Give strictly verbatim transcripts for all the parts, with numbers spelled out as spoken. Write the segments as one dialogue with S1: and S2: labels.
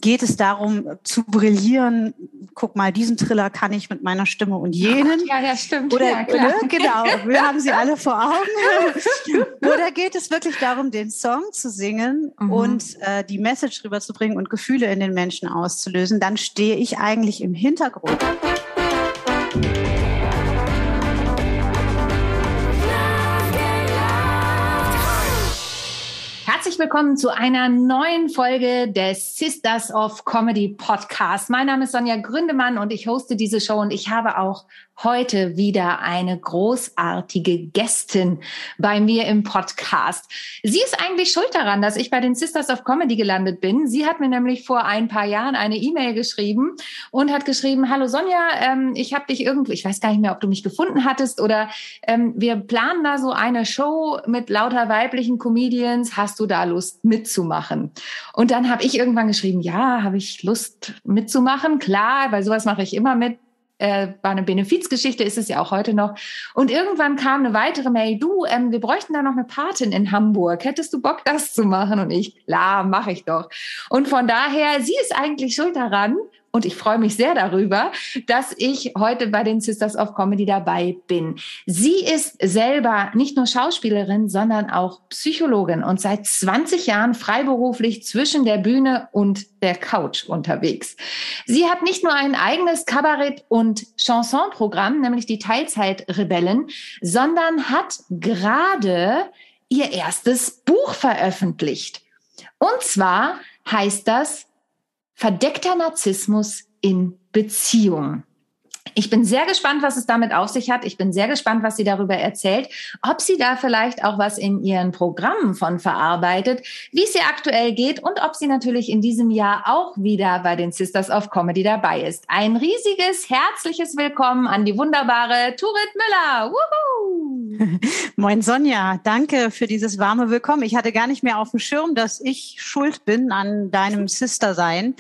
S1: geht es darum zu brillieren. Guck mal, diesen Triller kann ich mit meiner Stimme und jenen.
S2: Ja, ja, stimmt.
S1: Oder,
S2: ja, klar.
S1: Ne, genau, wir haben sie alle vor Augen. Oder geht es wirklich darum, den Song zu singen mhm. und äh, die Message rüberzubringen und Gefühle in den Menschen auszulösen? Dann stehe ich eigentlich im Hintergrund.
S2: Herzlich willkommen zu einer neuen Folge des Sisters of Comedy Podcast. Mein Name ist Sonja Gründemann und ich hoste diese Show und ich habe auch heute wieder eine großartige Gästin bei mir im Podcast. Sie ist eigentlich schuld daran, dass ich bei den Sisters of Comedy gelandet bin. Sie hat mir nämlich vor ein paar Jahren eine E-Mail geschrieben und hat geschrieben, hallo Sonja, ähm, ich habe dich irgendwo, ich weiß gar nicht mehr, ob du mich gefunden hattest oder ähm, wir planen da so eine Show mit lauter weiblichen Comedians. Hast du da Lust mitzumachen? Und dann habe ich irgendwann geschrieben, ja, habe ich Lust mitzumachen? Klar, weil sowas mache ich immer mit. Äh, war eine Benefizgeschichte, ist es ja auch heute noch. Und irgendwann kam eine weitere Mail, du, ähm, wir bräuchten da noch eine Patin in Hamburg. Hättest du Bock, das zu machen? Und ich, klar, mache ich doch. Und von daher, sie ist eigentlich schuld daran, und ich freue mich sehr darüber, dass ich heute bei den Sisters of Comedy dabei bin. Sie ist selber nicht nur Schauspielerin, sondern auch Psychologin und seit zwanzig Jahren freiberuflich zwischen der Bühne und der Couch unterwegs. Sie hat nicht nur ein eigenes Kabarett- und Chansonprogramm, nämlich die Teilzeitrebellen, sondern hat gerade ihr erstes Buch veröffentlicht. Und zwar heißt das Verdeckter Narzissmus in Beziehung. Ich bin sehr gespannt, was es damit auf sich hat. Ich bin sehr gespannt, was sie darüber erzählt, ob sie da vielleicht auch was in ihren Programmen von verarbeitet, wie es ihr aktuell geht und ob sie natürlich in diesem Jahr auch wieder bei den Sisters of Comedy dabei ist. Ein riesiges, herzliches Willkommen an die wunderbare Turit Müller. Wuhu!
S1: Moin Sonja, danke für dieses warme Willkommen. Ich hatte gar nicht mehr auf dem Schirm, dass ich schuld bin an deinem Sister-Sein.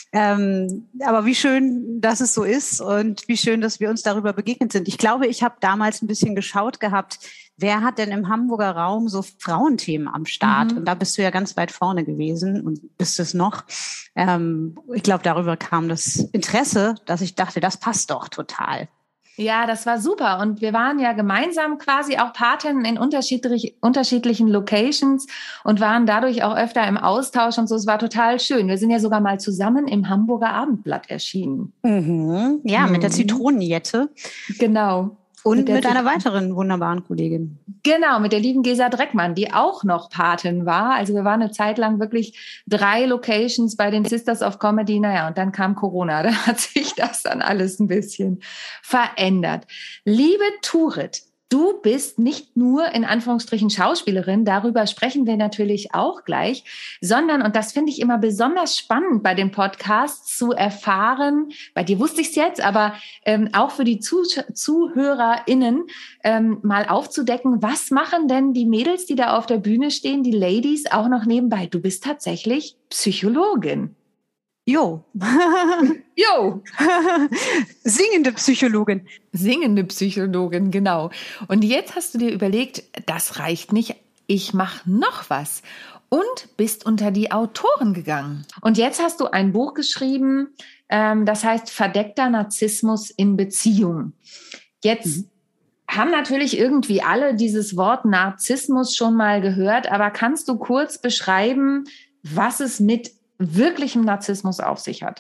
S1: Ähm, aber wie schön, dass es so ist und wie schön, dass wir uns darüber begegnet sind. Ich glaube, ich habe damals ein bisschen geschaut gehabt, wer hat denn im Hamburger Raum so Frauenthemen am Start? Mhm. Und da bist du ja ganz weit vorne gewesen und bist es noch. Ähm, ich glaube, darüber kam das Interesse, dass ich dachte, das passt doch total.
S2: Ja, das war super. Und wir waren ja gemeinsam quasi auch Patinnen in unterschiedlich, unterschiedlichen Locations und waren dadurch auch öfter im Austausch und so. Es war total schön. Wir sind ja sogar mal zusammen im Hamburger Abendblatt erschienen.
S1: Mhm. Ja, mhm. mit der Zitronenjette.
S2: Genau.
S1: Und mit, mit einer weiteren wunderbaren Kollegin.
S2: Genau, mit der lieben Gesa Dreckmann, die auch noch Patin war. Also wir waren eine Zeit lang wirklich drei Locations bei den Sisters of Comedy. Naja, und dann kam Corona. Da hat sich das dann alles ein bisschen verändert. Liebe Turit, du bist nicht nur in Anführungsstrichen Schauspielerin, darüber sprechen wir natürlich auch gleich, sondern, und das finde ich immer besonders spannend bei den Podcasts zu erfahren, bei dir wusste ich es jetzt, aber ähm, auch für die Zuh- ZuhörerInnen ähm, mal aufzudecken, was machen denn die Mädels, die da auf der Bühne stehen, die Ladies, auch noch nebenbei? Du bist tatsächlich Psychologin.
S1: Jo.
S2: Jo.
S1: Singende Psychologin.
S2: Singende Psychologin, genau. Und jetzt hast du dir überlegt, das reicht nicht, ich mache noch was. Und bist unter die Autoren gegangen. Und jetzt hast du ein Buch geschrieben, ähm, das heißt Verdeckter Narzissmus in Beziehung. Jetzt mhm. haben natürlich irgendwie alle dieses Wort Narzissmus schon mal gehört, aber kannst du kurz beschreiben, was es mit wirklichem Narzissmus auf sich hat?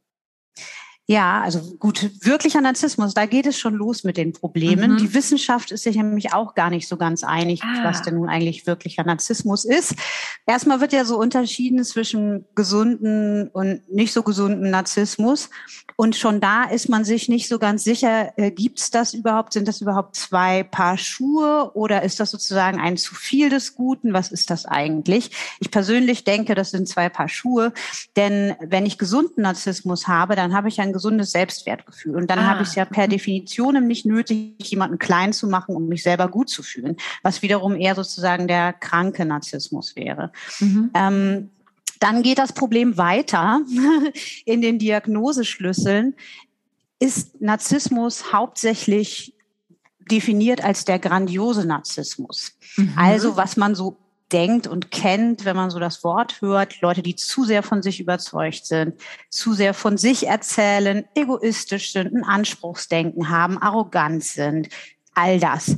S1: Ja, also gut, wirklicher Narzissmus, da geht es schon los mit den Problemen. Mhm. Die Wissenschaft ist sich nämlich auch gar nicht so ganz einig, ah. was denn nun eigentlich wirklicher Narzissmus ist. Erstmal wird ja so unterschieden zwischen gesunden und nicht so gesunden Narzissmus. Und schon da ist man sich nicht so ganz sicher, äh, gibt es das überhaupt? Sind das überhaupt zwei Paar Schuhe oder ist das sozusagen ein zu viel des Guten? Was ist das eigentlich? Ich persönlich denke, das sind zwei Paar Schuhe, denn wenn ich gesunden Narzissmus habe, dann habe ich ein gesundes Selbstwertgefühl. Und dann ah. habe ich es ja per Definition nicht nötig, jemanden klein zu machen, um mich selber gut zu fühlen, was wiederum eher sozusagen der kranke Narzissmus wäre. Mhm. Ähm, dann geht das Problem weiter in den Diagnoseschlüsseln. Ist Narzissmus hauptsächlich definiert als der grandiose Narzissmus? Mhm. Also was man so denkt und kennt, wenn man so das Wort hört. Leute, die zu sehr von sich überzeugt sind, zu sehr von sich erzählen, egoistisch sind, ein Anspruchsdenken haben, arrogant sind, all das.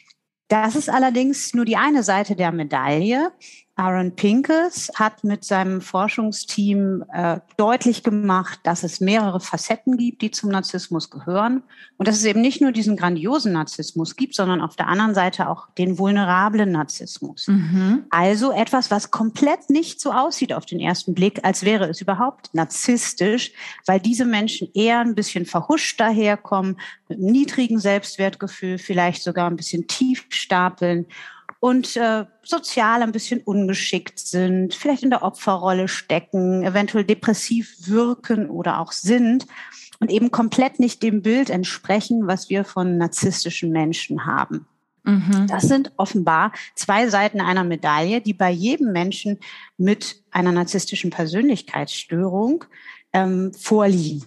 S1: Das ist allerdings nur die eine Seite der Medaille. Aaron Pinkes hat mit seinem Forschungsteam äh, deutlich gemacht, dass es mehrere Facetten gibt, die zum Narzissmus gehören. Und dass es eben nicht nur diesen grandiosen Narzissmus gibt, sondern auf der anderen Seite auch den vulnerablen Narzissmus. Mhm. Also etwas, was komplett nicht so aussieht auf den ersten Blick, als wäre es überhaupt narzisstisch, weil diese Menschen eher ein bisschen verhuscht daherkommen, mit einem niedrigen Selbstwertgefühl, vielleicht sogar ein bisschen tief stapeln und äh, sozial ein bisschen ungeschickt sind, vielleicht in der Opferrolle stecken, eventuell depressiv wirken oder auch sind und eben komplett nicht dem Bild entsprechen, was wir von narzisstischen Menschen haben. Mhm. Das sind offenbar zwei Seiten einer Medaille, die bei jedem Menschen mit einer narzisstischen Persönlichkeitsstörung ähm, vorliegen.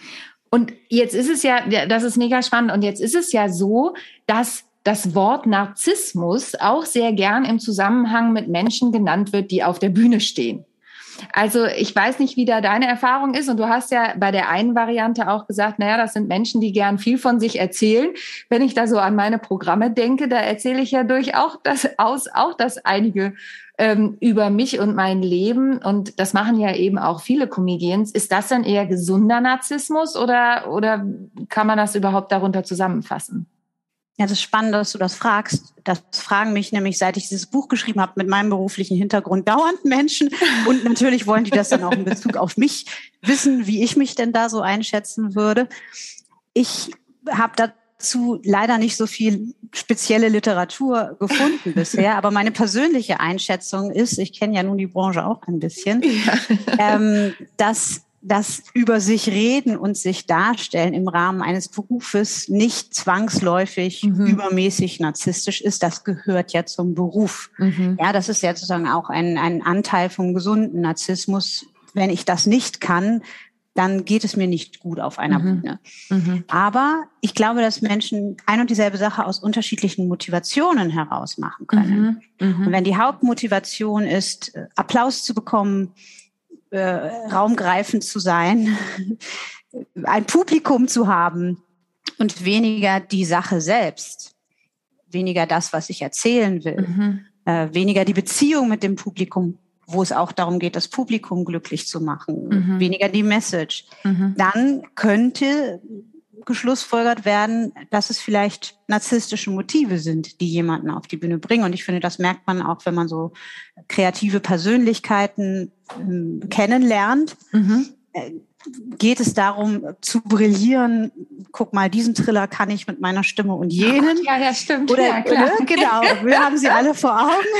S2: Und jetzt ist es ja, das ist mega spannend, und jetzt ist es ja so, dass das Wort Narzissmus auch sehr gern im Zusammenhang mit Menschen genannt wird, die auf der Bühne stehen. Also ich weiß nicht, wie da deine Erfahrung ist, und du hast ja bei der einen Variante auch gesagt, naja, das sind Menschen, die gern viel von sich erzählen. Wenn ich da so an meine Programme denke, da erzähle ich ja durchaus das aus, auch das einige ähm, über mich und mein Leben, und das machen ja eben auch viele Comedians. Ist das dann eher gesunder Narzissmus, oder, oder kann man das überhaupt darunter zusammenfassen?
S1: Ja, das ist spannend, dass du das fragst. Das fragen mich nämlich, seit ich dieses Buch geschrieben habe, mit meinem beruflichen Hintergrund dauernd Menschen. Und natürlich wollen die das dann auch in Bezug auf mich wissen, wie ich mich denn da so einschätzen würde. Ich habe dazu leider nicht so viel spezielle Literatur gefunden bisher. Aber meine persönliche Einschätzung ist, ich kenne ja nun die Branche auch ein bisschen, ja. ähm, dass das über sich reden und sich darstellen im Rahmen eines Berufes nicht zwangsläufig mhm. übermäßig narzisstisch ist. Das gehört ja zum Beruf. Mhm. Ja, das ist ja sozusagen auch ein, ein Anteil vom gesunden Narzissmus. Wenn ich das nicht kann, dann geht es mir nicht gut auf einer mhm. Bühne. Mhm. Aber ich glaube, dass Menschen ein und dieselbe Sache aus unterschiedlichen Motivationen heraus machen können. Mhm. Mhm. Und wenn die Hauptmotivation ist, Applaus zu bekommen, Äh, raumgreifend zu sein, ein Publikum zu haben und weniger die Sache selbst, weniger das, was ich erzählen will, mhm. äh, weniger die Beziehung mit dem Publikum, wo es auch darum geht, das Publikum glücklich zu machen, mhm. weniger die Message, mhm. dann könnte geschlussfolgert werden, dass es vielleicht narzisstische Motive sind, die jemanden auf die Bühne bringen. Und ich finde, das merkt man auch, wenn man so kreative Persönlichkeiten ähm, kennenlernt. Mhm. Äh, geht es darum, zu brillieren. Guck mal, diesen Triller kann ich mit meiner Stimme und jenen.
S2: Ja, ja, stimmt.
S1: Oder,
S2: ja, klar.
S1: Oder, genau, wir haben sie alle vor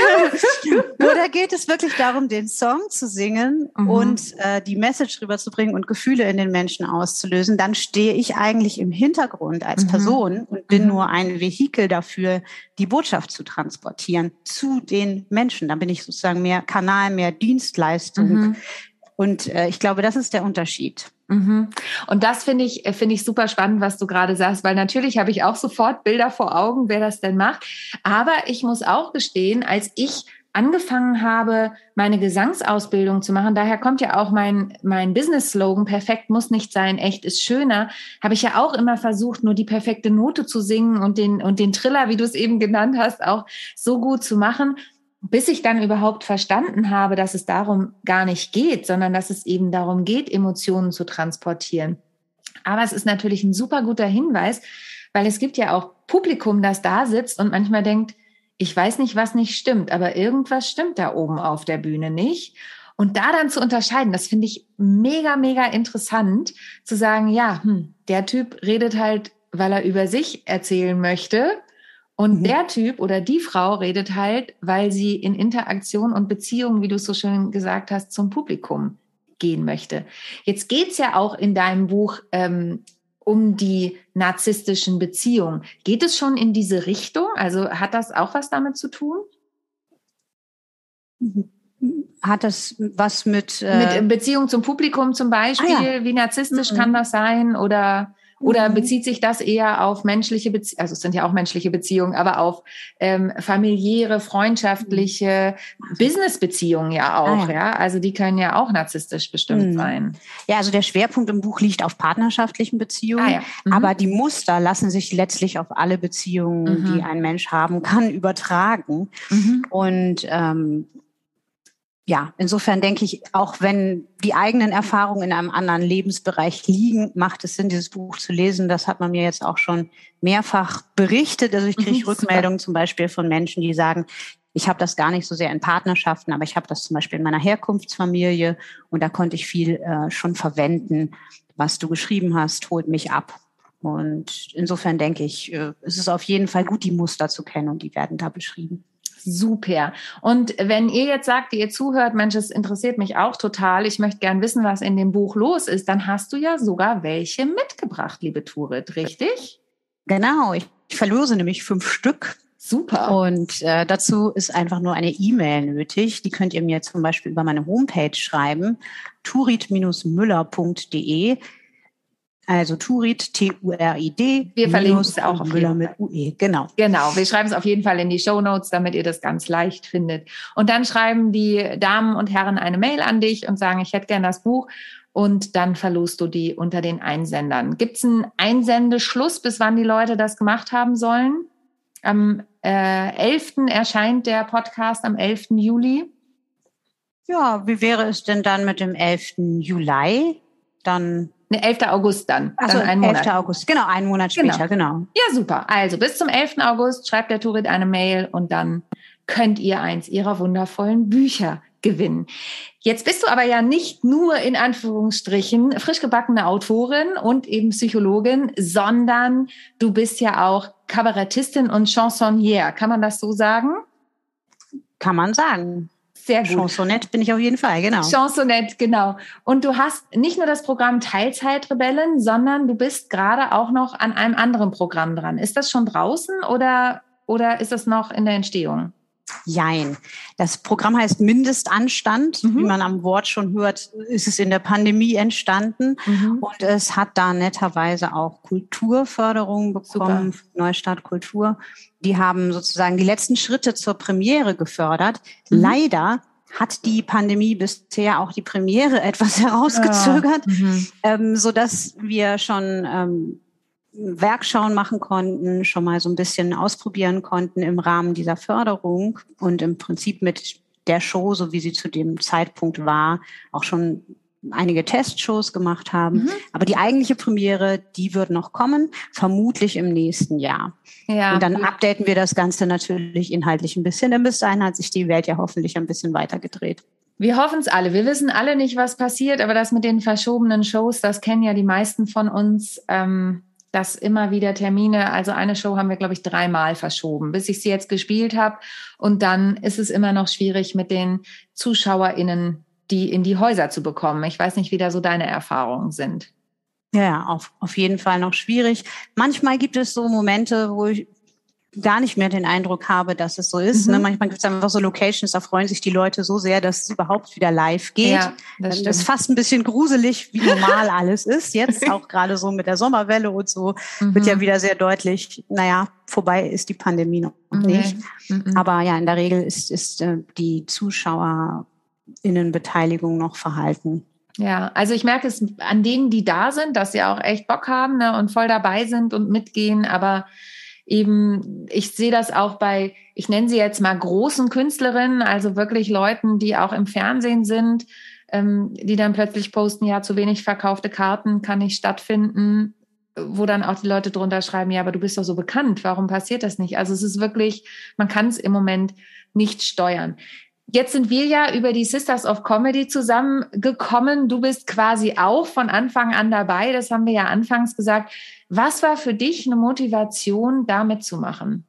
S1: Augen. Oder geht es wirklich darum, den Song zu singen mhm. und äh, die Message rüberzubringen und Gefühle in den Menschen auszulösen? Dann stehe ich eigentlich im Hintergrund als mhm. Person und bin mhm. nur ein Vehikel dafür, die Botschaft zu transportieren zu den Menschen. Dann bin ich sozusagen mehr Kanal, mehr Dienstleistung. Mhm. Und äh, ich glaube, das ist der Unterschied.
S2: Mhm. Und das finde ich, finde ich super spannend, was du gerade sagst, weil natürlich habe ich auch sofort Bilder vor Augen, wer das denn macht. Aber ich muss auch gestehen, als ich angefangen habe, meine Gesangsausbildung zu machen, daher kommt ja auch mein, mein Business-Slogan, perfekt muss nicht sein, echt ist schöner, habe ich ja auch immer versucht, nur die perfekte Note zu singen und den, und den Triller, wie du es eben genannt hast, auch so gut zu machen, bis ich dann überhaupt verstanden habe, dass es darum gar nicht geht, sondern dass es eben darum geht, Emotionen zu transportieren. Aber es ist natürlich ein super guter Hinweis, weil es gibt ja auch Publikum, das da sitzt und manchmal denkt, ich weiß nicht, was nicht stimmt, aber irgendwas stimmt da oben auf der Bühne nicht. Und da dann zu unterscheiden, das finde ich mega, mega interessant, zu sagen, ja, hm, der Typ redet halt, weil er über sich erzählen möchte. Und mhm. der Typ oder die Frau redet halt, weil sie in Interaktion und Beziehung, wie du es so schön gesagt hast, zum Publikum gehen möchte. Jetzt geht's ja auch in deinem Buch ähm, um die narzisstischen Beziehungen. Geht es schon in diese Richtung? Also hat das auch was damit zu tun?
S1: Hat das was mit... Äh
S2: mit Beziehung zum Publikum zum Beispiel? Ah, ja. Wie narzisstisch mhm. kann das sein? Oder... Oder mhm. bezieht sich das eher auf menschliche Beziehungen, also es sind ja auch menschliche Beziehungen, aber auf ähm, familiäre, freundschaftliche mhm. Business-Beziehungen ja auch, ah, ja. ja? Also die können ja auch narzisstisch bestimmt mhm. sein.
S1: Ja, also der Schwerpunkt im Buch liegt auf partnerschaftlichen Beziehungen, ah, ja. mhm. aber die Muster lassen sich letztlich auf alle Beziehungen, mhm. die ein Mensch haben kann, übertragen. Mhm. Und ähm, ja, insofern denke ich, auch wenn die eigenen Erfahrungen in einem anderen Lebensbereich liegen, macht es Sinn, dieses Buch zu lesen. Das hat man mir jetzt auch schon mehrfach berichtet. Also ich kriege mhm, Rückmeldungen zum Beispiel von Menschen, die sagen, ich habe das gar nicht so sehr in Partnerschaften, aber ich habe das zum Beispiel in meiner Herkunftsfamilie und da konnte ich viel äh, schon verwenden. Was du geschrieben hast, holt mich ab. Und insofern denke ich, äh, es ist auf jeden Fall gut, die Muster zu kennen und die werden da beschrieben.
S2: Super. Und wenn ihr jetzt sagt, ihr zuhört, Mensch, es interessiert mich auch total, ich möchte gern wissen, was in dem Buch los ist, dann hast du ja sogar welche mitgebracht, liebe Turit, richtig?
S1: Genau, ich verlose nämlich fünf Stück.
S2: Super.
S1: Und äh, dazu ist einfach nur eine E-Mail nötig. Die könnt ihr mir zum Beispiel über meine Homepage schreiben, turit Müller punkt de. Also Turit, T U R I D.
S2: Wir verlinken es auch auf
S1: Müller mit U E, genau.
S2: Genau, wir schreiben es auf jeden Fall in die Shownotes, damit ihr das ganz leicht findet. Und dann schreiben die Damen und Herren eine Mail an dich und sagen, ich hätte gern das Buch. Und dann verlost du die unter den Einsendern. Gibt es einen Einsendeschluss, bis wann die Leute das gemacht haben sollen? Am äh, elften erscheint der Podcast, am elften Juli.
S1: Ja, wie wäre es denn dann mit dem elften Juli? Dann...
S2: Ne, elften August dann.
S1: Also
S2: dann einen Monat.
S1: elften August, genau, einen Monat später, genau. genau.
S2: Ja, super. Also bis zum elften August schreibt der Turit eine Mail und dann könnt ihr eins ihrer wundervollen Bücher gewinnen. Jetzt bist du aber ja nicht nur in Anführungsstrichen frisch gebackene Autorin und eben Psychologin, sondern du bist ja auch Kabarettistin und Chansonnière. Kann man das so sagen?
S1: Kann man sagen.
S2: Sehr gut.
S1: Chansonette bin ich auf jeden Fall, genau.
S2: Chansonette, genau. Und du hast nicht nur das Programm Teilzeitrebellen, sondern du bist gerade auch noch an einem anderen Programm dran. Ist das schon draußen oder, oder ist das noch in der Entstehung?
S1: Jein. Das Programm heißt Mindestanstand. Mhm. Wie man am Wort schon hört, ist es in der Pandemie entstanden. Mhm. Und es hat da netterweise auch Kulturförderung bekommen, Super. Neustart Kultur. Die haben sozusagen die letzten Schritte zur Premiere gefördert. Mhm. Leider hat die Pandemie bisher auch die Premiere etwas herausgezögert, ja. mhm. ähm, sodass wir schon ähm, Werkschauen machen konnten, schon mal so ein bisschen ausprobieren konnten im Rahmen dieser Förderung und im Prinzip mit der Show, so wie sie zu dem Zeitpunkt war, auch schon einige Testshows gemacht haben. Mhm. Aber die eigentliche Premiere, die wird noch kommen, vermutlich im nächsten Jahr. Ja. Und dann updaten wir das Ganze natürlich inhaltlich ein bisschen, denn bis dahin hat sich die Welt ja hoffentlich ein bisschen weiter gedreht.
S2: Wir hoffen es alle. Wir wissen alle nicht, was passiert, aber das mit den verschobenen Shows, das kennen ja die meisten von uns, ähm, dass immer wieder Termine, also eine Show haben wir, glaube ich, dreimal verschoben, bis ich sie jetzt gespielt habe. Und dann ist es immer noch schwierig, mit den ZuschauerInnen die in die Häuser zu bekommen. Ich weiß nicht, wie da so deine Erfahrungen sind.
S1: Ja, auf, auf jeden Fall noch schwierig. Manchmal gibt es so Momente, wo ich gar nicht mehr den Eindruck habe, dass es so ist. Mhm. Ne? Manchmal gibt es einfach so Locations, da freuen sich die Leute so sehr, dass es überhaupt wieder live geht. Ja, das, stimmt. Das ist fast ein bisschen gruselig, wie normal alles ist. Jetzt auch gerade so mit der Sommerwelle und so mhm. wird ja wieder sehr deutlich, naja, vorbei ist die Pandemie noch nicht. Mhm. Aber ja, in der Regel ist, ist äh, die ZuschauerInnenbeteiligung noch verhalten.
S2: Ja, also ich merke es an denen, die da sind, dass sie auch echt Bock haben, ne, und voll dabei sind und mitgehen, aber eben, ich sehe das auch bei, ich nenne sie jetzt mal großen Künstlerinnen, also wirklich Leuten, die auch im Fernsehen sind, ähm, die dann plötzlich posten, ja, zu wenig verkaufte Karten kann nicht stattfinden, wo dann auch die Leute drunter schreiben, ja, aber du bist doch so bekannt, warum passiert das nicht? Also es ist wirklich, man kann es im Moment nicht steuern. Jetzt sind wir ja über die Sisters of Comedy zusammengekommen. Du bist quasi auch von Anfang an dabei. Das haben wir ja anfangs gesagt. Was war für dich eine Motivation, da mitzumachen?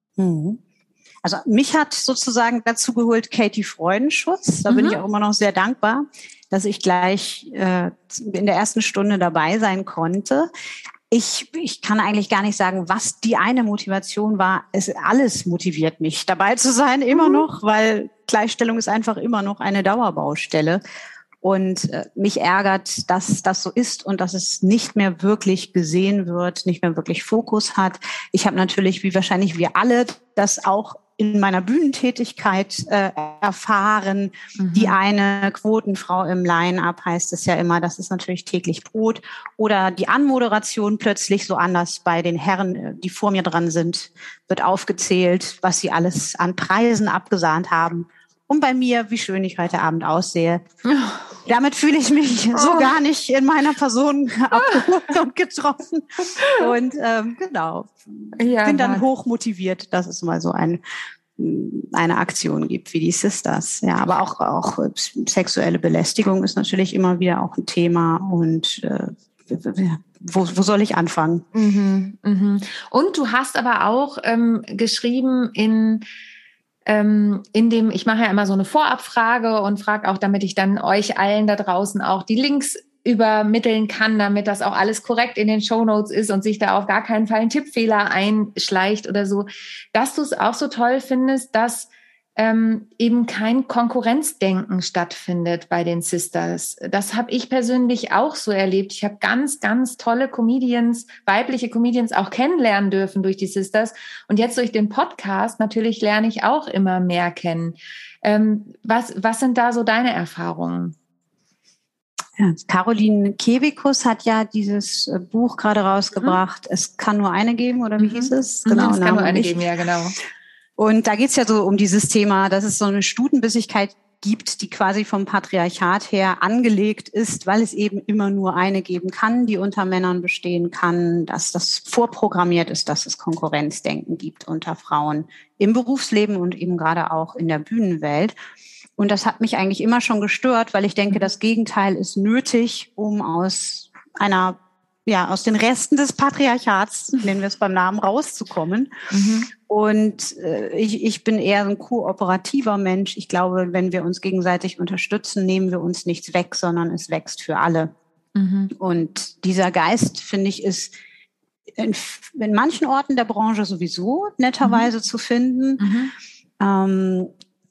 S1: Also mich hat sozusagen dazu geholt Katie Freudenschutz. Da mhm. bin ich auch immer noch sehr dankbar, dass ich gleich äh, in der ersten Stunde dabei sein konnte. Ich, ich kann eigentlich gar nicht sagen, was die eine Motivation war. Es alles motiviert mich, dabei zu sein, immer mhm. noch, weil Gleichstellung ist einfach immer noch eine Dauerbaustelle. Und äh, mich ärgert, dass das so ist und dass es nicht mehr wirklich gesehen wird, nicht mehr wirklich Fokus hat. Ich habe natürlich, wie wahrscheinlich wir alle, das auch in meiner Bühnentätigkeit äh, erfahren. Mhm. Die eine Quotenfrau im Line-Up heißt es ja immer, das ist natürlich täglich Brot. Oder die Anmoderation plötzlich so anders bei den Herren, die vor mir dran sind, wird aufgezählt, was sie alles an Preisen abgesahnt haben. Und bei mir, wie schön ich heute Abend aussehe. Oh. Damit fühle ich mich oh. so gar nicht in meiner Person abgeholt und getroffen. Und ähm, genau, ja, bin dann Mann. hoch motiviert, dass es mal so ein, eine Aktion gibt wie die Sisters. Ja, aber auch, auch sexuelle Belästigung ist natürlich immer wieder auch ein Thema. Und äh, wo, wo soll ich anfangen?
S2: Mhm, mhm. Und du hast aber auch ähm, geschrieben in Ähm, in dem, ich mache ja immer so eine Vorabfrage und frage auch, damit ich dann euch allen da draußen auch die Links übermitteln kann, damit das auch alles korrekt in den Shownotes ist und sich da auf gar keinen Fall ein Tippfehler einschleicht oder so, dass du es auch so toll findest, dass ähm, eben kein Konkurrenzdenken stattfindet bei den Sisters. Das habe ich persönlich auch so erlebt. Ich habe ganz, ganz tolle Comedians, weibliche Comedians auch kennenlernen dürfen durch die Sisters. Und jetzt durch den Podcast natürlich lerne ich auch immer mehr kennen. Ähm, was, was sind da so deine Erfahrungen?
S1: Ja, Caroline Kebekus hat ja dieses Buch gerade rausgebracht. Mhm. Es kann nur eine geben, oder wie mhm. hieß es?
S2: Genau, es kann nur eine geben, ja, genau.
S1: Und da geht's ja so um dieses Thema, dass es so eine Stutenbissigkeit gibt, die quasi vom Patriarchat her angelegt ist, weil es eben immer nur eine geben kann, die unter Männern bestehen kann, dass das vorprogrammiert ist, dass es Konkurrenzdenken gibt unter Frauen im Berufsleben und eben gerade auch in der Bühnenwelt. Und das hat mich eigentlich immer schon gestört, weil ich denke, das Gegenteil ist nötig, um aus einer ja, aus den Resten des Patriarchats, nennen wir es beim Namen, rauszukommen. Mhm. Und äh, ich, ich bin eher ein kooperativer Mensch. Ich glaube, wenn wir uns gegenseitig unterstützen, nehmen wir uns nichts weg, sondern es wächst für alle. Mhm. Und dieser Geist, finde ich, ist in, in manchen Orten der Branche sowieso netterweise mhm. zu finden. Mhm. Ähm,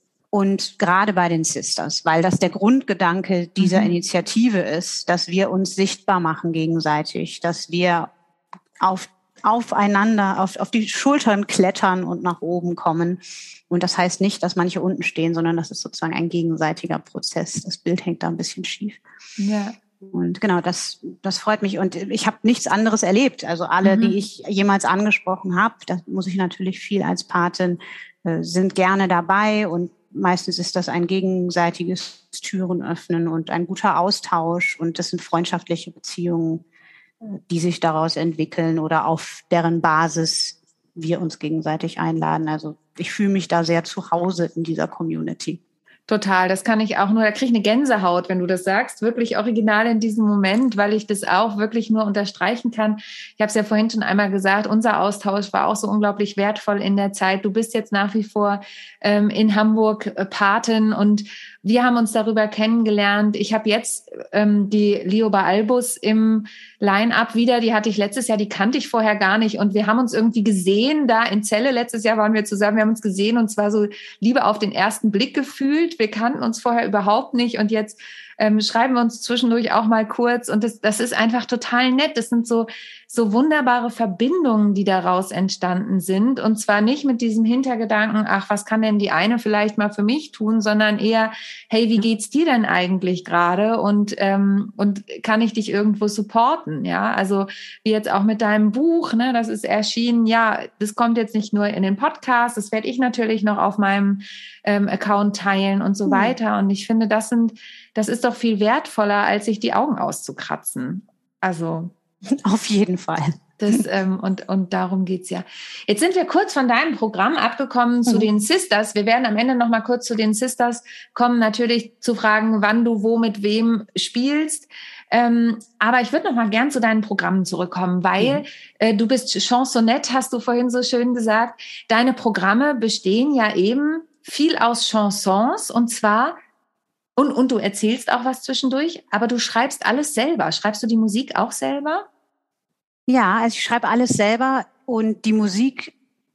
S1: Und gerade bei den Sisters, weil das der Grundgedanke dieser mhm. Initiative ist, dass wir uns sichtbar machen gegenseitig, dass wir auf, aufeinander, auf, auf die Schultern klettern und nach oben kommen. Und das heißt nicht, dass manche unten stehen, sondern das ist sozusagen ein gegenseitiger Prozess. Das Bild hängt da ein bisschen schief. Ja. Und genau, das, das freut mich. Und ich habe nichts anderes erlebt. Also alle, mhm. die ich jemals angesprochen habe, da muss ich natürlich viel als Patin, äh, sind gerne dabei, und meistens ist das ein gegenseitiges Türen öffnen und ein guter Austausch, und das sind freundschaftliche Beziehungen, die sich daraus entwickeln oder auf deren Basis wir uns gegenseitig einladen. Also ich fühle mich da sehr zu Hause in dieser Community.
S2: Total, das kann ich auch nur, da kriege ich eine Gänsehaut, wenn du das sagst, wirklich original in diesem Moment, weil ich das auch wirklich nur unterstreichen kann. Ich habe es ja vorhin schon einmal gesagt, unser Austausch war auch so unglaublich wertvoll in der Zeit. Du bist jetzt nach wie vor ähm, in Hamburg äh, Patin, und wir haben uns darüber kennengelernt. Ich habe jetzt ähm, die Lioba Albus im Line-Up wieder, die hatte ich letztes Jahr, die kannte ich vorher gar nicht, und wir haben uns irgendwie gesehen, da in Celle, letztes Jahr waren wir zusammen, wir haben uns gesehen und zwar so Liebe auf den ersten Blick gefühlt. Wir kannten uns vorher überhaupt nicht, und jetzt ähm, schreiben wir uns zwischendurch auch mal kurz, und das, das ist einfach total nett. Das sind so, so wunderbare Verbindungen, die daraus entstanden sind, und zwar nicht mit diesem Hintergedanken, ach, was kann denn die eine vielleicht mal für mich tun, sondern eher, hey, wie geht's dir denn eigentlich gerade, und ähm, und kann ich dich irgendwo supporten, ja, also wie jetzt auch mit deinem Buch, ne, das ist erschienen, ja, das kommt jetzt nicht nur in den Podcast, das werde ich natürlich noch auf meinem ähm, Account teilen und so mhm. weiter, und ich finde, das sind, das ist doch viel wertvoller, als sich die Augen auszukratzen, also
S1: auf jeden Fall.
S2: Das, ähm, und, und darum geht's ja. Jetzt sind wir kurz von deinem Programm abgekommen zu mhm. den Sisters. Wir werden am Ende noch mal kurz zu den Sisters kommen, natürlich zu fragen, wann du wo mit wem spielst. Ähm, aber ich würde noch mal gern zu deinen Programmen zurückkommen, weil mhm. äh, du bist Chansonette, hast du vorhin so schön gesagt. Deine Programme bestehen ja eben viel aus Chansons, und zwar und, und du erzählst auch was zwischendurch, aber du schreibst alles selber. Schreibst du die Musik auch selber?
S1: Ja, also ich schreibe alles selber, und die Musik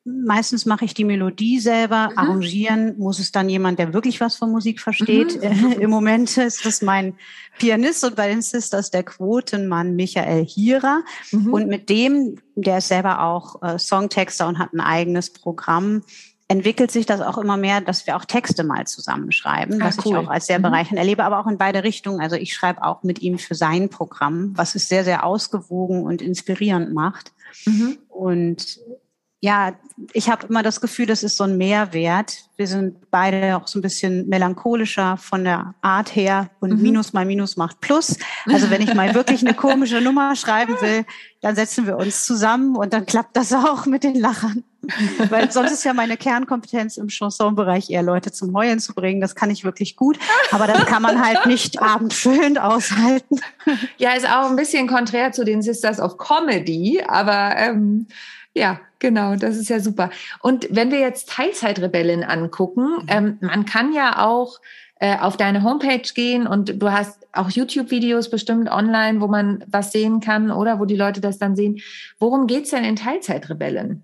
S1: meistens mache ich die Melodie selber. Mhm. Arrangieren muss es dann jemand, der wirklich was von Musik versteht. Mhm. Im Moment ist das mein Pianist und bei den Sisters der Quotenmann Michael Hierer. Mhm. Und mit dem, der ist selber auch äh, Songtexter und hat ein eigenes Programm, entwickelt sich das auch immer mehr, dass wir auch Texte mal zusammenschreiben, ah, was cool. ich auch als sehr bereichernd mhm. erlebe, aber auch in beide Richtungen. Also ich schreibe auch mit ihm für sein Programm, was es sehr, sehr ausgewogen und inspirierend macht. Mhm. Und ja, ich habe immer das Gefühl, das ist so ein Mehrwert. Wir sind beide auch so ein bisschen melancholischer von der Art her und mhm. Minus mal Minus macht Plus. Also wenn ich mal wirklich eine komische Nummer schreiben will, dann setzen wir uns zusammen und dann klappt das auch mit den Lachern. Weil sonst ist ja meine Kernkompetenz im Chansonbereich eher Leute zum Heulen zu bringen. Das kann ich wirklich gut, aber das kann man halt nicht abendfüllend aushalten.
S2: Ja, ist auch ein bisschen konträr zu den Sisters of Comedy, aber ähm, ja, genau, das ist ja super. Und wenn wir jetzt Teilzeitrebellen angucken, ähm, man kann ja auch äh, auf deine Homepage gehen und du hast auch YouTube-Videos bestimmt online, wo man was sehen kann oder wo die Leute das dann sehen. Worum geht's denn in Teilzeitrebellen?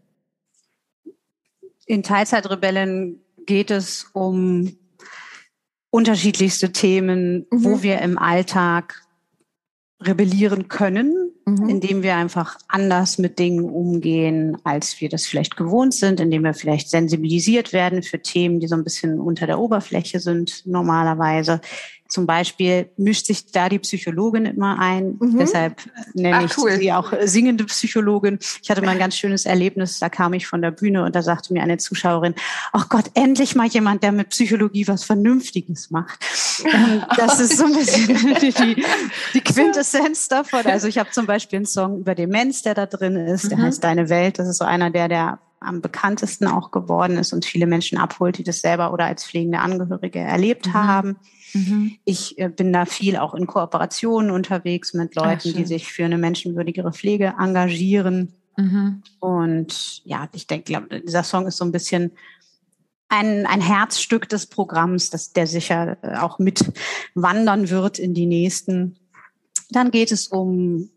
S1: In Teilzeitrebellen geht es um unterschiedlichste Themen, mhm. wo wir im Alltag rebellieren können, mhm. indem wir einfach anders mit Dingen umgehen, als wir das vielleicht gewohnt sind, indem wir vielleicht sensibilisiert werden für Themen, die so ein bisschen unter der Oberfläche sind normalerweise. Zum Beispiel mischt sich da die Psychologin immer ein. Mhm. Deshalb nenne Ach, ich cool. sie auch singende Psychologin. Ich hatte mal ein ganz schönes Erlebnis. Da kam ich von der Bühne und da sagte mir eine Zuschauerin, ach Gott, endlich mal jemand, der mit Psychologie was Vernünftiges macht. Das ist so ein bisschen die, die Quintessenz davon. Also ich habe zum Beispiel einen Song über Demenz, der da drin ist. Der mhm. heißt Deine Welt. Das ist so einer, der, der am bekanntesten auch geworden ist und viele Menschen abholt, die das selber oder als pflegende Angehörige erlebt mhm. haben. Mhm. Ich äh, bin da viel auch in Kooperationen unterwegs mit Leuten, Ach, die sich für eine menschenwürdigere Pflege engagieren. Mhm. Und ja, ich denke, glaub, dieser Song ist so ein bisschen ein, ein Herzstück des Programms, das, der sicher auch mit wandern wird in die nächsten. Dann geht es um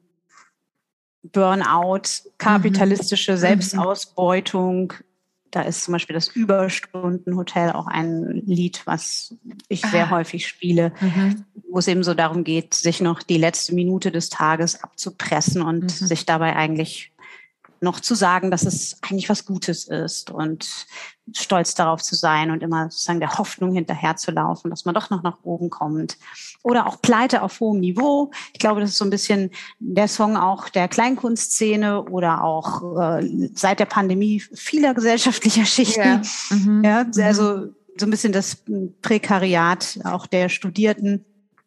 S1: Burnout, kapitalistische mhm. Selbstausbeutung. Da ist zum Beispiel das Überstundenhotel auch ein Lied, was ich sehr ah. häufig spiele, mhm. wo es eben so darum geht, sich noch die letzte Minute des Tages abzupressen und mhm. sich dabei eigentlich noch zu sagen, dass es eigentlich was Gutes ist und stolz darauf zu sein und immer sozusagen der Hoffnung hinterherzulaufen, dass man doch noch nach oben kommt. Oder auch Pleite auf hohem Niveau. Ich glaube, das ist so ein bisschen der Song auch der Kleinkunstszene oder auch äh, seit der Pandemie vieler gesellschaftlicher Schichten. Ja, mhm. ja also so ein bisschen das Prekariat auch der Studierten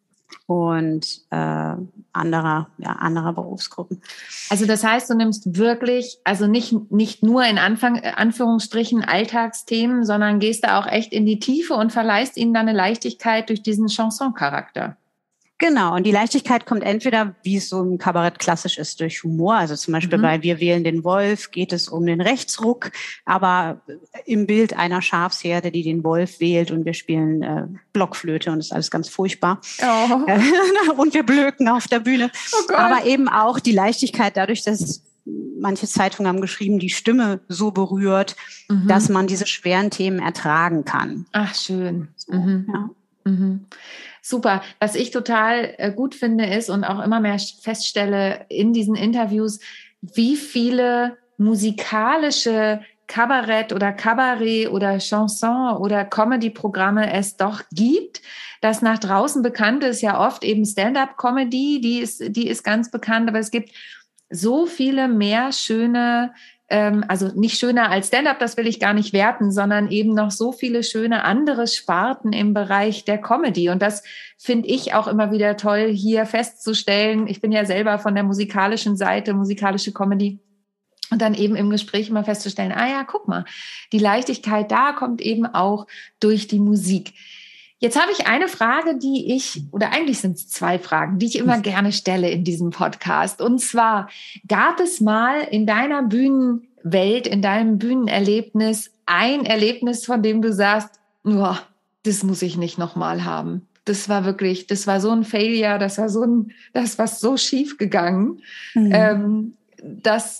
S1: und äh, anderer, ja, anderer Berufsgruppen.
S2: Also das heißt, du nimmst wirklich, also nicht, nicht nur in Anfang, Anführungsstrichen Alltagsthemen, sondern gehst da auch echt in die Tiefe und verleihst ihnen dann eine Leichtigkeit durch diesen Chanson-Charakter.
S1: Genau, und die Leichtigkeit kommt entweder, wie es so im Kabarett klassisch ist, durch Humor. Also zum Beispiel mhm. bei Wir wählen den Wolf geht es um den Rechtsruck, aber im Bild einer Schafsherde, die den Wolf wählt und wir spielen äh, Blockflöte und das ist alles ganz furchtbar. Oh. Und wir blöken auf der Bühne. Oh Gott. Aber eben auch die Leichtigkeit dadurch, dass manche Zeitungen haben geschrieben, die Stimme so berührt, mhm. dass man diese schweren Themen ertragen kann.
S2: Ach, schön. So, mhm. ja. Mhm. Super. Was ich total äh, gut finde ist und auch immer mehr feststelle in diesen Interviews, wie viele musikalische Kabarett oder Kabarett oder Chanson oder Comedy-Programme es doch gibt. Das nach draußen bekannt ist ja oft eben Stand-up-Comedy, die ist, die ist ganz bekannt, aber es gibt so viele mehr schöne, ähm, also nicht schöner als Stand-up, das will ich gar nicht werten, sondern eben noch so viele schöne andere Sparten im Bereich der Comedy. Und das finde ich auch immer wieder toll, hier festzustellen. Ich bin ja selber von der musikalischen Seite, musikalische Comedy. Und dann eben im Gespräch immer festzustellen, ah ja, guck mal, die Leichtigkeit da kommt eben auch durch die Musik. Jetzt habe ich eine Frage, die ich, oder eigentlich sind es zwei Fragen, die ich immer gerne stelle in diesem Podcast. Und zwar, gab es mal in deiner Bühnenwelt, in deinem Bühnenerlebnis ein Erlebnis, von dem du sagst, oh, das muss ich nicht nochmal haben. Das war wirklich, das war so ein Failure, das war so ein, das war so schief gegangen, mhm. ähm, dass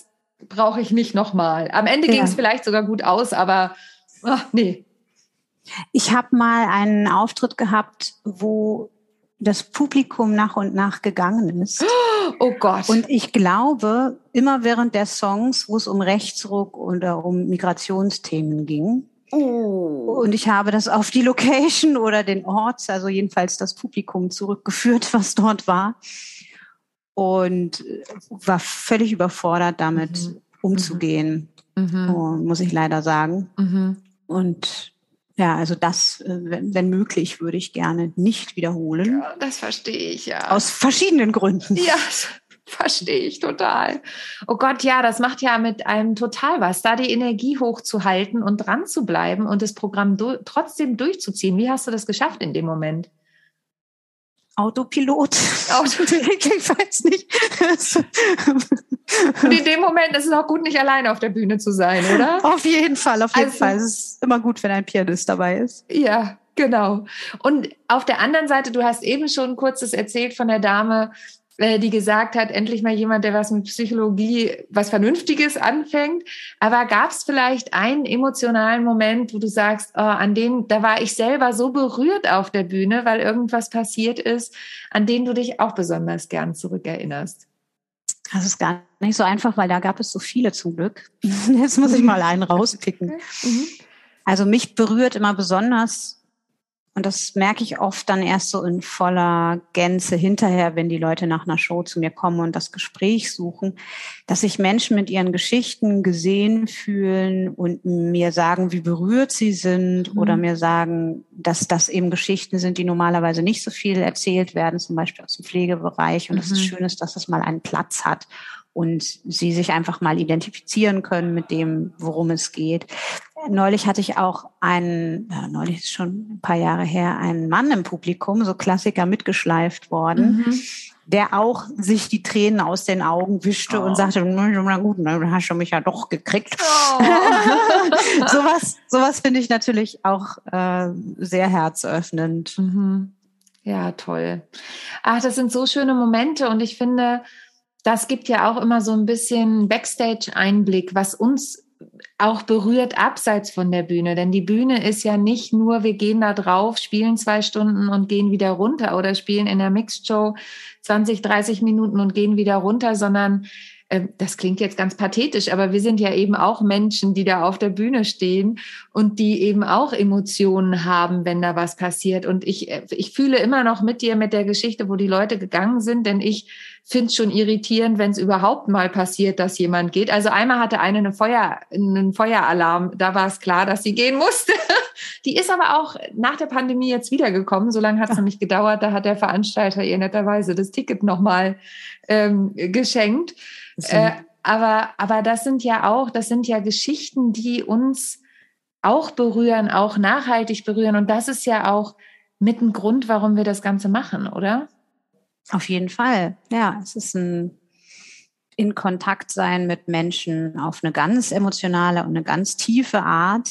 S2: brauche ich nicht nochmal. Am Ende ja. ging es vielleicht sogar gut aus, aber ach, nee.
S1: Ich habe mal einen Auftritt gehabt, wo das Publikum nach und nach gegangen ist.
S2: Oh Gott.
S1: Und ich glaube, immer während der Songs, wo es um Rechtsruck oder um Migrationsthemen ging, oh. und ich habe das auf die Location oder den Ort, also jedenfalls das Publikum zurückgeführt, was dort war, und war völlig überfordert damit mhm. umzugehen, mhm. oh, muss ich leider sagen. Mhm. Und ja, also das, wenn, wenn möglich, würde ich gerne nicht wiederholen.
S2: Ja, das verstehe ich, ja.
S1: Aus verschiedenen Gründen.
S2: Ja, verstehe ich total. Oh Gott, ja, das macht ja mit einem total was, da die Energie hochzuhalten und dran zu bleiben und das Programm du- trotzdem durchzuziehen. Wie hast du das geschafft in dem Moment?
S1: Autopilot. Autopilot, ich weiß nicht.
S2: Und in dem Moment ist es auch gut, nicht alleine auf der Bühne zu sein, oder?
S1: Auf jeden Fall, auf jeden
S2: also,
S1: Fall. Es ist immer gut, wenn ein Pianist dabei ist.
S2: Ja, genau. Und auf der anderen Seite, du hast eben schon ein kurzes erzählt von der Dame, die gesagt hat, endlich mal jemand, der was mit Psychologie, was Vernünftiges anfängt. Aber gab es vielleicht einen emotionalen Moment, wo du sagst, oh, an den, da war ich selber so berührt auf der Bühne, weil irgendwas passiert ist, an den du dich auch besonders gern zurückerinnerst?
S1: Das ist gar nicht so einfach, weil da gab es so viele zum Glück. Jetzt muss ich mal einen rauspicken. Mhm. Also mich berührt immer besonders, und das merke ich oft dann erst so in voller Gänze hinterher, wenn die Leute nach einer Show zu mir kommen und das Gespräch suchen, dass sich Menschen mit ihren Geschichten gesehen fühlen und mir sagen, wie berührt sie sind, mhm. oder mir sagen, dass das eben Geschichten sind, die normalerweise nicht so viel erzählt werden, zum Beispiel aus dem Pflegebereich. Und mhm. dass es schön ist, dass es mal einen Platz hat und sie sich einfach mal identifizieren können mit dem, worum es geht. Neulich hatte ich auch einen, ja, neulich ist schon ein paar Jahre her, einen Mann im Publikum, so Klassiker mitgeschleift worden, mhm. der auch sich die Tränen aus den Augen wischte oh. und sagte, na gut, dann hast du mich ja doch gekriegt. Oh. sowas sowas finde ich natürlich auch äh, sehr herzöffnend.
S2: Mhm. Ja, toll. Ach, das sind so schöne Momente und ich finde, das gibt ja auch immer so ein bisschen Backstage-Einblick, was uns auch berührt abseits von der Bühne. Denn die Bühne ist ja nicht nur, wir gehen da drauf, spielen zwei Stunden und gehen wieder runter oder spielen in der Mixed-Show zwanzig, dreißig Minuten und gehen wieder runter, sondern äh, das klingt jetzt ganz pathetisch, aber wir sind ja eben auch Menschen, die da auf der Bühne stehen und die eben auch Emotionen haben, wenn da was passiert. Und ich, ich fühle immer noch mit dir mit der Geschichte, wo die Leute gegangen sind, denn ich finde es schon irritierend, wenn es überhaupt mal passiert, dass jemand geht. Also einmal hatte eine eine Feuer, einen Feueralarm, da war es klar, dass sie gehen musste. Die ist aber auch nach der Pandemie jetzt wiedergekommen. So lange hat es nämlich gedauert, da hat der Veranstalter ihr netterweise das Ticket nochmal ähm, geschenkt. Äh, aber, aber das sind ja auch, das sind ja Geschichten, die uns auch berühren, auch nachhaltig berühren. Und das ist ja auch mit ein Grund, warum wir das Ganze machen, oder?
S1: Auf jeden Fall. Ja, es ist ein in Kontakt sein mit Menschen auf eine ganz emotionale und eine ganz tiefe Art,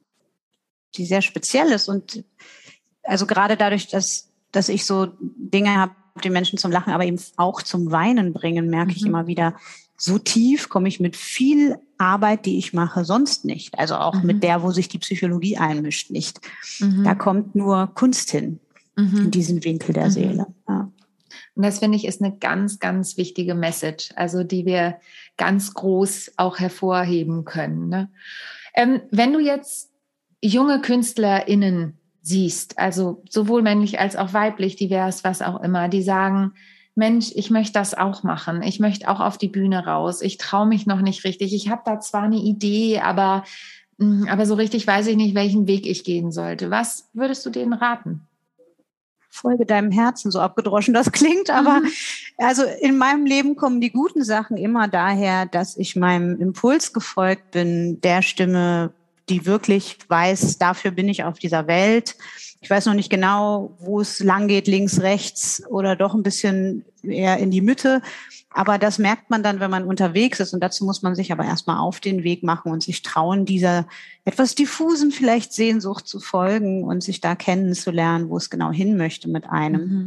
S1: die sehr speziell ist. Und also gerade dadurch, dass, dass ich so Dinge habe, die Menschen zum Lachen, aber eben auch zum Weinen bringen, merke mhm. ich immer wieder, so tief komme ich mit viel Arbeit, die ich mache, sonst nicht. Also auch mhm. mit der, wo sich die Psychologie einmischt, nicht. Mhm. Da kommt nur Kunst hin, mhm. in diesen Winkel der mhm. Seele. Ja.
S2: Und das, finde ich, ist eine ganz, ganz wichtige Message, also die wir ganz groß auch hervorheben können. Ne? Ähm, wenn du jetzt junge KünstlerInnen siehst, also sowohl männlich als auch weiblich, divers, was auch immer, die sagen, Mensch, ich möchte das auch machen, ich möchte auch auf die Bühne raus, ich traue mich noch nicht richtig, ich habe da zwar eine Idee, aber, aber so richtig weiß ich nicht, welchen Weg ich gehen sollte. Was würdest du denen raten?
S1: Folge deinem Herzen, so abgedroschen das klingt, aber mhm. also in meinem Leben kommen die guten Sachen immer daher, dass ich meinem Impuls gefolgt bin, der Stimme, die wirklich weiß, dafür bin ich auf dieser Welt. Ich weiß noch nicht genau, wo es lang geht, links, rechts oder doch ein bisschen eher in die Mitte. Aber das merkt man dann, wenn man unterwegs ist. Und dazu muss man sich aber erstmal auf den Weg machen und sich trauen, dieser etwas diffusen vielleicht Sehnsucht zu folgen und sich da kennenzulernen, wo es genau hin möchte mit einem. Mhm.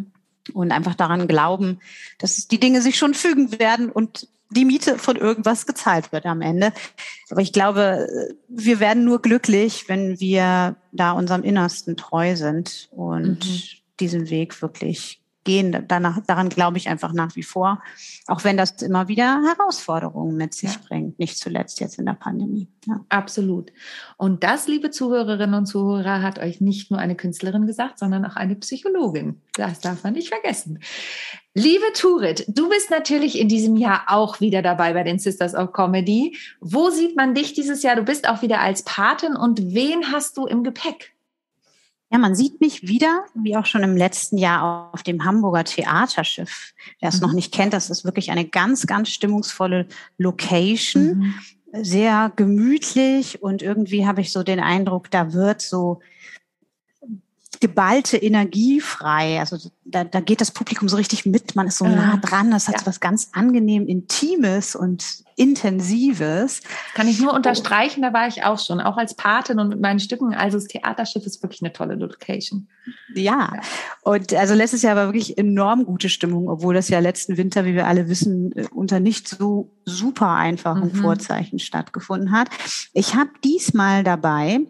S1: und einfach daran glauben, dass die Dinge sich schon fügen werden und die Miete von irgendwas gezahlt wird am Ende. Aber ich glaube, wir werden nur glücklich, wenn wir da unserem Innersten treu sind und mhm. diesen Weg wirklich gehen. Danach, daran glaube ich einfach nach wie vor, auch wenn das immer wieder Herausforderungen mit sich ja. bringt, nicht zuletzt jetzt in der Pandemie. Ja.
S2: Absolut. Und das, liebe Zuhörerinnen und Zuhörer, hat euch nicht nur eine Künstlerin gesagt, sondern auch eine Psychologin. Das darf man nicht vergessen. Liebe Turit, du bist natürlich in diesem Jahr auch wieder dabei bei den Sisters of Comedy. Wo sieht man dich dieses Jahr? Du bist auch wieder als Patin und wen hast du im Gepäck?
S1: Ja, man sieht mich wieder, wie auch schon im letzten Jahr, auf dem Hamburger Theaterschiff. Wer es mhm. noch nicht kennt, das ist wirklich eine ganz, ganz stimmungsvolle Location. Mhm. Sehr gemütlich und irgendwie habe ich so den Eindruck, da wird so geballte Energie frei. Also da, da geht das Publikum so richtig mit. Man ist so nah dran. Das hat ja. so was ganz angenehm Intimes und Intensives.
S2: Kann ich nur unterstreichen, da war ich auch schon, auch als Patin und mit meinen Stücken. Also das Theaterschiff ist wirklich eine tolle Location.
S1: Ja, ja. Und also letztes Jahr war wirklich enorm gute Stimmung, obwohl das ja letzten Winter, wie wir alle wissen, unter nicht so super einfachen mhm. Vorzeichen stattgefunden hat. Ich habe diesmal dabei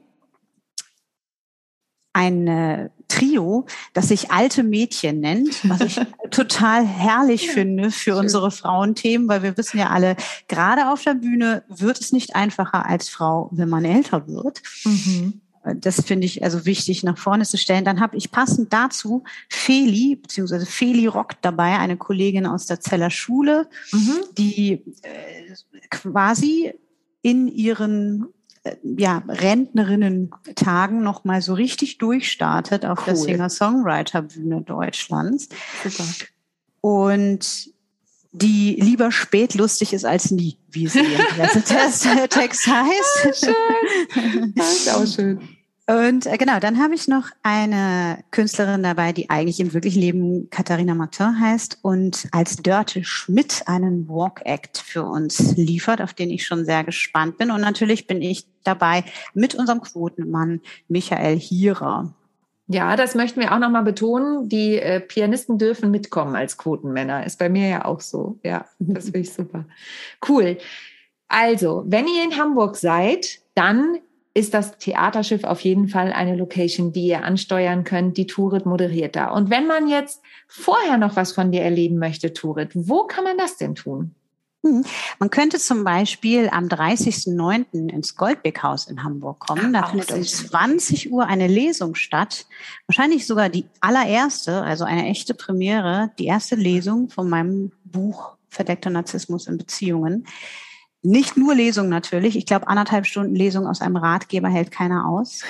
S1: ein äh, Trio, das sich Alte Mädchen nennt, was ich total herrlich ja, finde für schön. Unsere Frauenthemen, weil wir wissen ja alle, gerade auf der Bühne wird es nicht einfacher als Frau, wenn man älter wird. Mhm. Das finde ich also wichtig, nach vorne zu stellen. Dann habe ich passend dazu Feli, beziehungsweise Feli rockt dabei, eine Kollegin aus der Zeller Schule, mhm. die äh, quasi in ihren ja, Rentnerinnen-Tagen noch mal so richtig durchstartet auf cool. der Singer-Songwriter-Bühne Deutschlands. Super. Und die lieber spät lustig ist als nie, wie sie im Pressetext heißt.
S2: Ah, schön. Das ist auch schön.
S1: Und äh, genau, dann habe ich noch eine Künstlerin dabei, die eigentlich im wirklichen Leben Katharina Martin heißt und als Dörte Schmidt einen Walk-Act für uns liefert, auf den ich schon sehr gespannt bin. Und natürlich bin ich dabei mit unserem Quotenmann Michael Hierer.
S2: Ja, das möchten wir auch nochmal betonen. Die äh, Pianisten dürfen mitkommen als Quotenmänner. Ist bei mir ja auch so. Ja, das finde ich super. Cool. Also, wenn ihr in Hamburg seid, dann ist das Theaterschiff auf jeden Fall eine Location, die ihr ansteuern könnt. Die Turit moderiert da. Und wenn man jetzt vorher noch was von dir erleben möchte, Turit, wo kann man das denn tun?
S1: Man könnte zum Beispiel am dreißigsten neunten ins Goldbeck-Haus in Hamburg kommen. Da findet um zwanzig Uhr eine Lesung statt. Wahrscheinlich sogar die allererste, also eine echte Premiere, die erste Lesung von meinem Buch Verdeckter Narzissmus in Beziehungen. Nicht nur Lesung natürlich. Ich glaube, anderthalb Stunden Lesung aus einem Ratgeber hält keiner aus.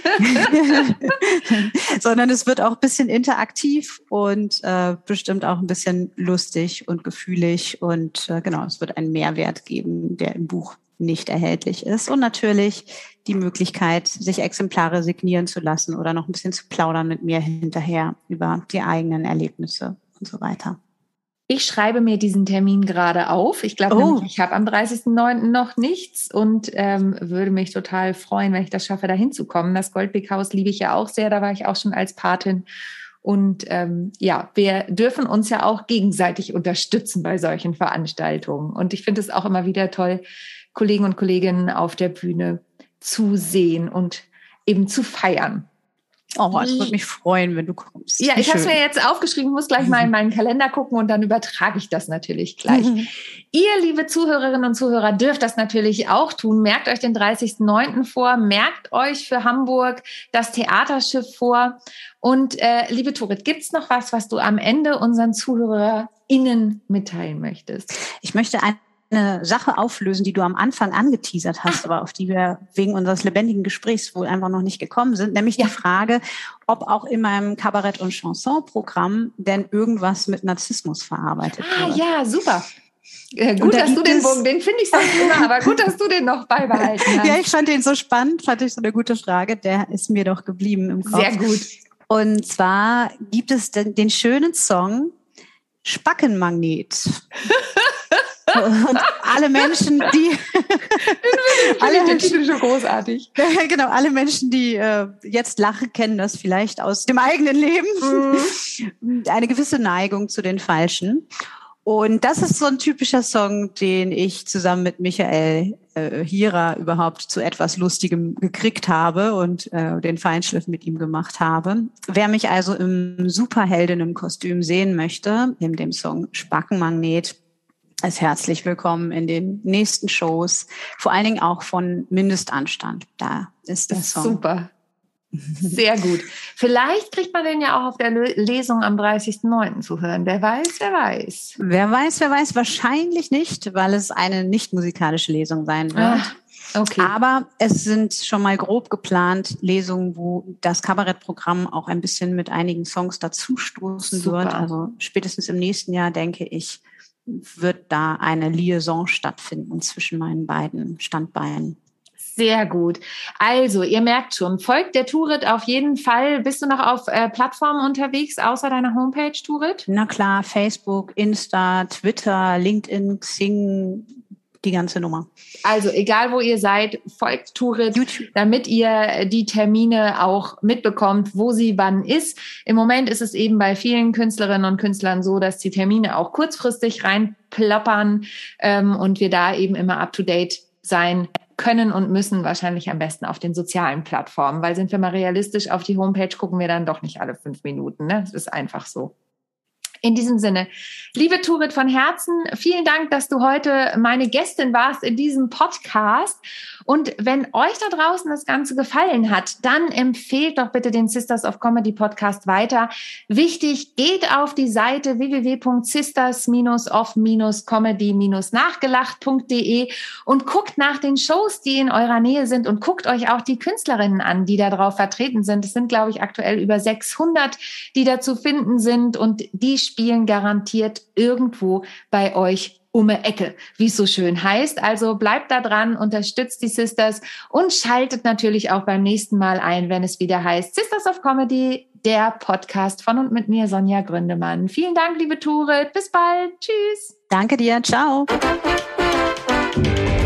S1: Sondern es wird auch ein bisschen interaktiv und äh, bestimmt auch ein bisschen lustig und gefühlig. Und äh, genau, es wird einen Mehrwert geben, der im Buch nicht erhältlich ist. Und natürlich die Möglichkeit, sich Exemplare signieren zu lassen oder noch ein bisschen zu plaudern mit mir hinterher über die eigenen Erlebnisse und so weiter.
S2: Ich schreibe mir diesen Termin gerade auf. Ich glaube, oh. ich habe am dreißigsten neunten noch nichts und ähm, würde mich total freuen, wenn ich das schaffe, da hinzukommen. Das Goldbeck-Haus liebe ich ja auch sehr. Da war ich auch schon als Patin. Und ähm, ja, wir dürfen uns ja auch gegenseitig unterstützen bei solchen Veranstaltungen. Und ich finde es auch immer wieder toll, Kollegen und Kolleginnen auf der Bühne zu sehen und eben zu feiern.
S1: Oh, es würde mich freuen, wenn du kommst.
S2: Ja, ich habe es mir jetzt aufgeschrieben, muss gleich mal in meinen Kalender gucken und dann übertrage ich das natürlich gleich. Mhm. Ihr, liebe Zuhörerinnen und Zuhörer, dürft das natürlich auch tun. Merkt euch den dreißigsten neunten vor, merkt euch für Hamburg das Theaterschiff vor. Und äh, liebe Turit, gibt's noch was, was du am Ende unseren ZuhörerInnen mitteilen möchtest?
S1: Ich möchte ein eine Sache auflösen, die du am Anfang angeteasert hast, aber auf die wir wegen unseres lebendigen Gesprächs wohl einfach noch nicht gekommen sind, nämlich ja. die Frage, ob auch in meinem Kabarett- und Chanson-Programm denn irgendwas mit Narzissmus verarbeitet
S2: ah,
S1: wird.
S2: Ja, super. Äh, gut, da dass du den Bogen, den finde ich so super, aber gut, dass du den noch beibehalten hast.
S1: Ja, ich fand den so spannend, fand ich so eine gute Frage, der ist mir doch geblieben im Kopf.
S2: Sehr gut.
S1: Und zwar gibt es den, den schönen Song Spackenmagnet. Und alle Menschen, die
S2: alle Menschen schon großartig.
S1: Genau, alle Menschen, die äh, jetzt lachen, kennen das vielleicht aus dem eigenen Leben. Mhm. Eine gewisse Neigung zu den Falschen. Und das ist so ein typischer Song, den ich zusammen mit Michael äh, Hierer überhaupt zu etwas Lustigem gekriegt habe und äh, den Feinschliff mit ihm gemacht habe. Wer mich also im Superheldinnen-Kostüm sehen möchte, in dem Song Spackenmagnet, ist herzlich willkommen in den nächsten Shows, vor allen Dingen auch von Mindestanstand. Da ist der Song.
S2: Super. Sehr gut. Vielleicht kriegt man den ja auch auf der Lesung am dreißigsten neunten zu hören. Wer weiß, wer weiß.
S1: Wer weiß, wer weiß. Wahrscheinlich nicht, weil es eine nicht musikalische Lesung sein wird.
S2: Ah, okay.
S1: Aber es sind schon mal grob geplant Lesungen, wo das Kabarettprogramm auch ein bisschen mit einigen Songs dazustoßen
S2: Super.
S1: wird. Also spätestens im nächsten Jahr, denke ich, wird da eine Liaison stattfinden zwischen meinen beiden Standbeinen.
S2: Sehr gut. Also, ihr merkt schon, folgt der Turit auf jeden Fall. Bist du noch auf äh, Plattformen unterwegs, außer deiner Homepage, Turit?
S1: Na klar, Facebook, Insta, Twitter, LinkedIn, Xing, die ganze Nummer.
S2: Also, egal wo ihr seid, folgt Turit, YouTube, damit ihr die Termine auch mitbekommt, wo sie wann ist. Im Moment ist es eben bei vielen Künstlerinnen und Künstlern so, dass die Termine auch kurzfristig reinploppern ähm, und wir da eben immer up-to-date sein können und müssen, wahrscheinlich am besten auf den sozialen Plattformen, weil sind wir mal realistisch, auf die Homepage gucken wir dann doch nicht alle fünf Minuten. Ne? Das ist einfach so. In diesem Sinne, liebe Turit von Herzen, vielen Dank, dass du heute meine Gästin warst in diesem Podcast. Und wenn euch da draußen das Ganze gefallen hat, dann empfehlt doch bitte den Sisters of Comedy Podcast weiter. Wichtig, geht auf die Seite w w w punkt sisters of comedy nachgelacht punkt d e und guckt nach den Shows, die in eurer Nähe sind und guckt euch auch die Künstlerinnen an, die da drauf vertreten sind. Es sind, glaube ich, aktuell über sechshundert, die da zu finden sind und die spielen garantiert irgendwo bei euch um die Ecke, wie es so schön heißt. Also bleibt da dran, unterstützt die Sisters und schaltet natürlich auch beim nächsten Mal ein, wenn es wieder heißt Sisters of Comedy, der Podcast von und mit mir, Sonja Gründemann. Vielen Dank, liebe Turit. Bis bald. Tschüss.
S1: Danke dir. Ciao.